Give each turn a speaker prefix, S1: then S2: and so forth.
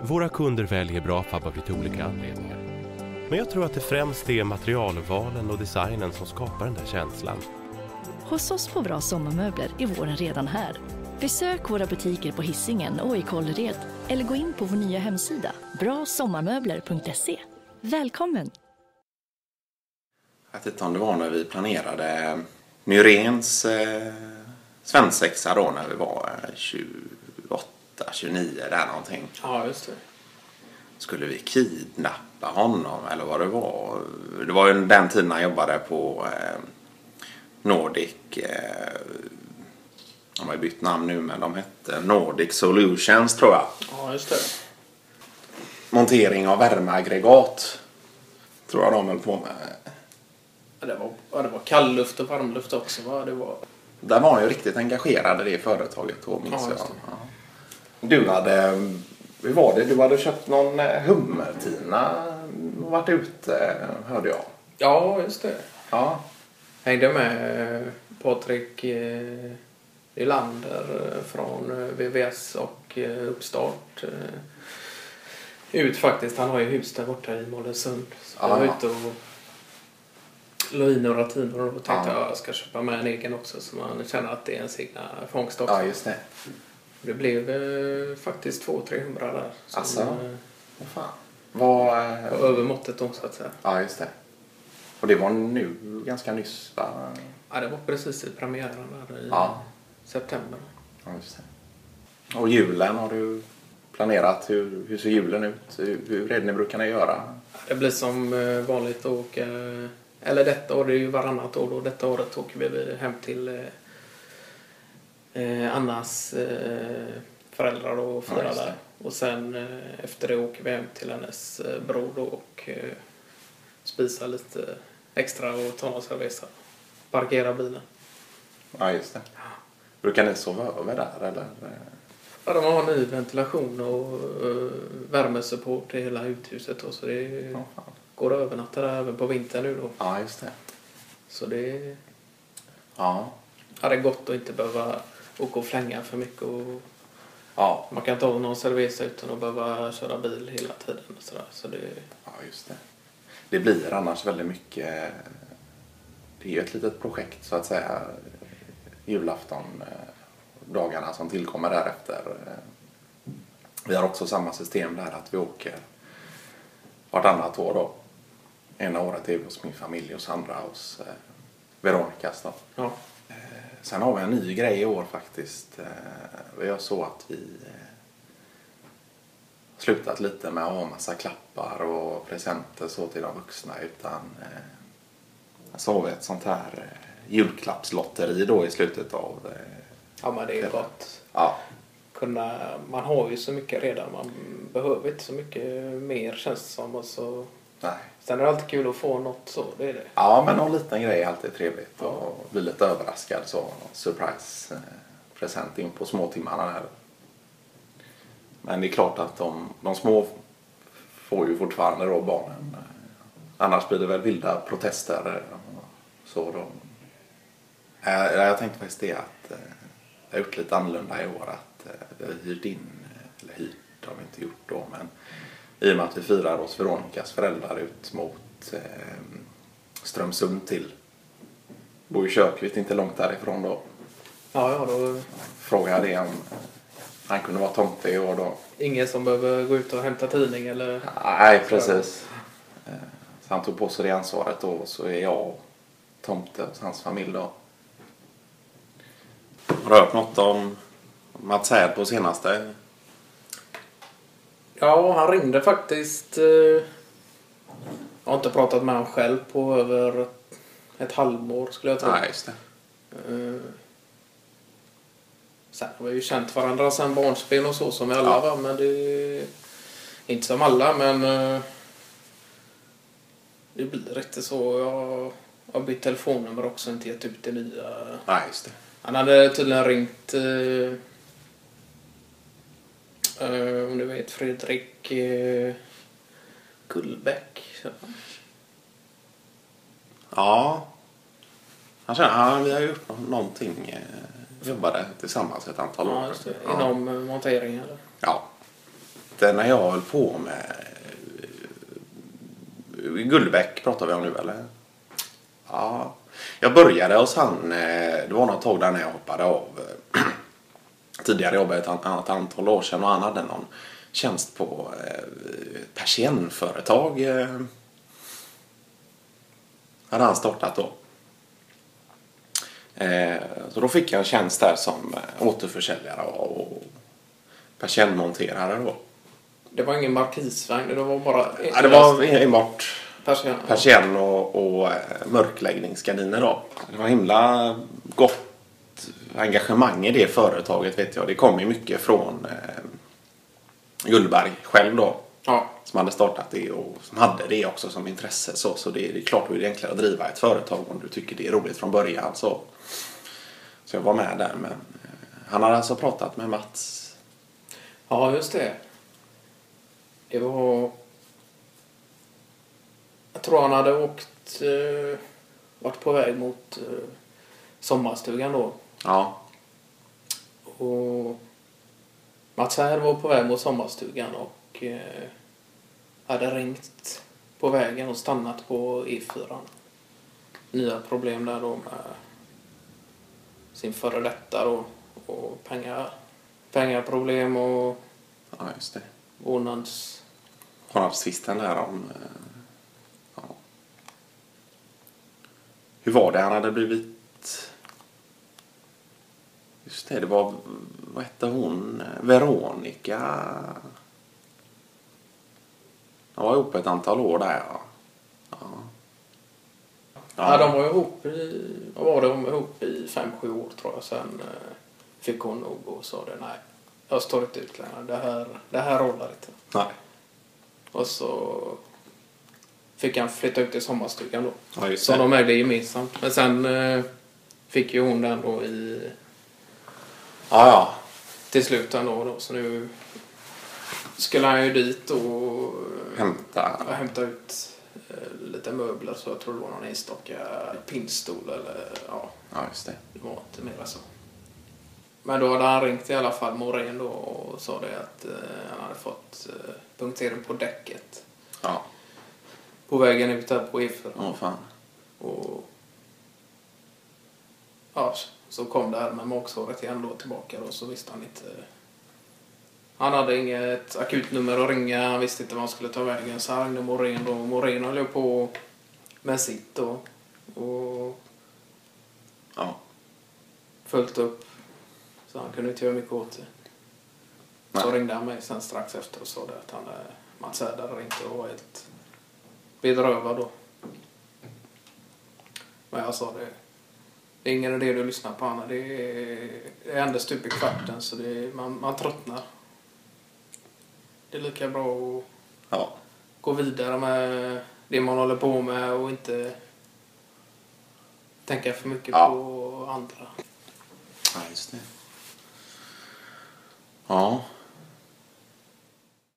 S1: Våra kunder väljer Brafab av lite olika anledningar. Men jag tror att det främst är materialvalen och designen som skapar den där känslan.
S2: Hos oss på Bra Sommarmöbler är våren redan här. Besök våra butiker på Hisingen och i Kållered. Eller gå in på vår nya hemsida, brasommarmöbler.se. Välkommen!
S3: Jag vet inte om det var när vi planerade Myrens svensexa då när vi var 28, 29 där någonting.
S4: Ja, just det.
S3: Skulle vi kidnappa honom eller vad det var? Det var ju den tiden han jobbade på Nordic. De har ju bytt namn nu men de hette Nordic Solutions tror jag.
S4: Ja, just det.
S3: Montering av värmeaggregat tror jag de höll på med.
S4: Det var kallluft och varmluft också, va?
S3: Där var han ju riktigt engagerad i det företaget då, minns jag. Ja. Du hade köpt någon hummertina och varit ute, hörde jag.
S4: Ja, just det.
S3: Ja.
S4: Hängde med Patrik Nylander från VVS och Uppstart ut faktiskt. Han har ju hus där borta i Målesund. Så jag var ute och la i några timmar och tänkte att jag ska köpa med en egen också så man känner att det är ens egna fångst också.
S3: Ja, just det.
S4: Det blev faktiskt 200-300 där.
S3: Alltså, vad fan.
S4: Var över måttet då, så att säga.
S3: Ja, just det. Och det var nu ganska nyss, va?
S4: Ja, det var precis i premiären där i september.
S3: Ja, just det. Och julen, har du planerat? Hur ser julen ut? Hur är det ni brukar göra? Det
S4: blir som vanligt att åka. Eller detta år, det är ju varannat år då. Detta året åker vi hem till Annas föräldrar och firar där. Och sen efter det åker vi hem till hennes bror då och spisar lite extra och tar någon cerveza. Parkera bilen.
S3: Ja, just det. Brukar ni sova över där eller?
S4: Ja, de har ny ventilation och värmesupport i hela uthuset då, så det går att övernatta där även på vintern nu då.
S3: Ja, just det.
S4: Så det
S3: det
S4: är gott att inte behöva åka och flänga för mycket och man kan ta någon cerveza utan att behöva köra bil hela tiden och sådär. Så det...
S3: Ja, just det. Det blir annars väldigt mycket. Det är ju ett litet projekt så att säga. Julafton, dagarna som tillkommer därefter. Vi har också samma system där att vi åker vartannat år då. Ena året är vi hos min familj och andra hos Veronicas då.
S4: Ja.
S3: Sen har vi en ny grej i år faktiskt. Vi gör så att vi slutat lite med att ha massa klappar och presenter så till de vuxna utan så har vi ett sånt här julklappslotteri då i slutet av
S4: ja, men det är gott.
S3: Ja.
S4: Man har ju så mycket redan, man behöver inte så mycket mer känns det som. Och så...
S3: Nej.
S4: Sen är det alltid kul att få något så, det är det.
S3: Ja, men någon liten grej är alltid trevligt och bli lite överraskad så surprise present in på småtimmarna här. Men det är klart att de små får ju fortfarande då barnen. Annars blir det väl vilda protester. Så då. Jag tänkte faktiskt det att jag har gjort lite annorlunda i år. Att vi har hyrt in, eller hyrt har vi inte gjort då. Men i och med att vi firar hos Veronicas föräldrar ut mot Strömsund till. Bor i Köpvitt inte långt därifrån då.
S4: Ja, då...
S3: Frågade jag om han kunde vara tomte i år då.
S4: Ingen som behöver gå ut och hämta tidning eller?
S3: Nej, precis. Så han tog på sig det ansvaret då. Så är jag tomte hos hans familj då. Har du hört något om Mats Härd på senaste?
S4: Ja, han ringde faktiskt. Jag har inte pratat med honom själv på över ett halvår skulle jag tro.
S3: Nej, just det.
S4: Sen har vi ju känt varandra sen barnspel och så som vi alla var. Men det är inte som alla, men det blir inte så. Jag har bytt telefonnummer också, inte gett ut det nya.
S3: Nej, just det.
S4: Han hade tydligen ringt om du vet Fredrik Kullbäck.
S3: Ja. Vi har gjort någonting. Jobbade tillsammans ett antal år.
S4: Ja, just det. Inom monteringen eller?
S3: Ja. när jag höll på med Gullbäck pratar vi om nu eller? Ja. Jag började hos han, det var något tag där när jag hoppade av. Tidigare jobbade jag ett antal år sedan och han hade någon tjänst på persiennföretag. Hade han startat då. Så då fick jag en tjänst där som återförsäljare och persiennmonterare då.
S4: Det var ingen markisvagn, det var bara...
S3: Ja, det var enbart
S4: persienn
S3: och mörkläggningsgardiner då. Det var himla gott engagemang i det företaget vet jag. Det kom ju mycket från Gullberg själv då.
S4: Ja.
S3: Som hade startat det och som hade det också som intresse. Så det är klart att det är enklare att driva ett företag om du tycker det är roligt från början. Så jag var med där. Men han hade alltså pratat med Mats.
S4: Ja, just det. Det var... Jag tror han hade varit på väg mot sommarstugan då.
S3: Ja.
S4: Och Mats här var på väg mot sommarstugan och hade ringt på vägen och stannat på E4. Nya problem där då med sin före detta då och pengaproblem och
S3: Ja, just det.
S4: vårdnadstvisten
S3: där om... Ja. Hur var det? Han hade blivit... Just det var... Vad hette hon? Veronica. Han var ihop ett antal år där, ja.
S4: Ja, de var ihop i... Vad var det? De var ihop i 5-7 år tror jag. Sen fick hon nog och sa det. Nej, jag står inte ut längre. Det här rollar inte.
S3: Nej.
S4: Och så fick han flytta ut till sommarstugan då.
S3: Ja, just det.
S4: Så de ägde gemensamt. Men sen fick ju hon den då i...
S3: Ja.
S4: Till slut då. Så nu skulle han ju dit och hämta ut lite möbler. Så jag tror det var någon enstaka pinnstol eller ja.
S3: Ja, just det.
S4: Det var inte mer så. Men då hade han ringt i alla fall Morén då och sa det att han hade fått punktering på däcket.
S3: Ja.
S4: På vägen ut där på E4.
S3: Åh fan.
S4: Och ja, så kom det här med magsåret igen då tillbaka då, så visste han inte. Han hade inget akutnummer att ringa, han visste inte vad han skulle ta vägen, så han ringde Morén då. Morén höll ju på med sitt då och
S3: ja.
S4: följt upp. Så han kunde inte göra mycket åt det.
S3: Nej.
S4: Så ringde han mig sen strax efter och sa det att han Mats hade ringt och var helt bedrövad då. Men jag sa det. Det är ingen idé du lyssnar på Anna. Det är ändå stup i kvarten så man tröttnar. Det är lika bra att gå vidare med det man håller på med och inte tänka för mycket på andra.
S3: Ja, just det. Ja.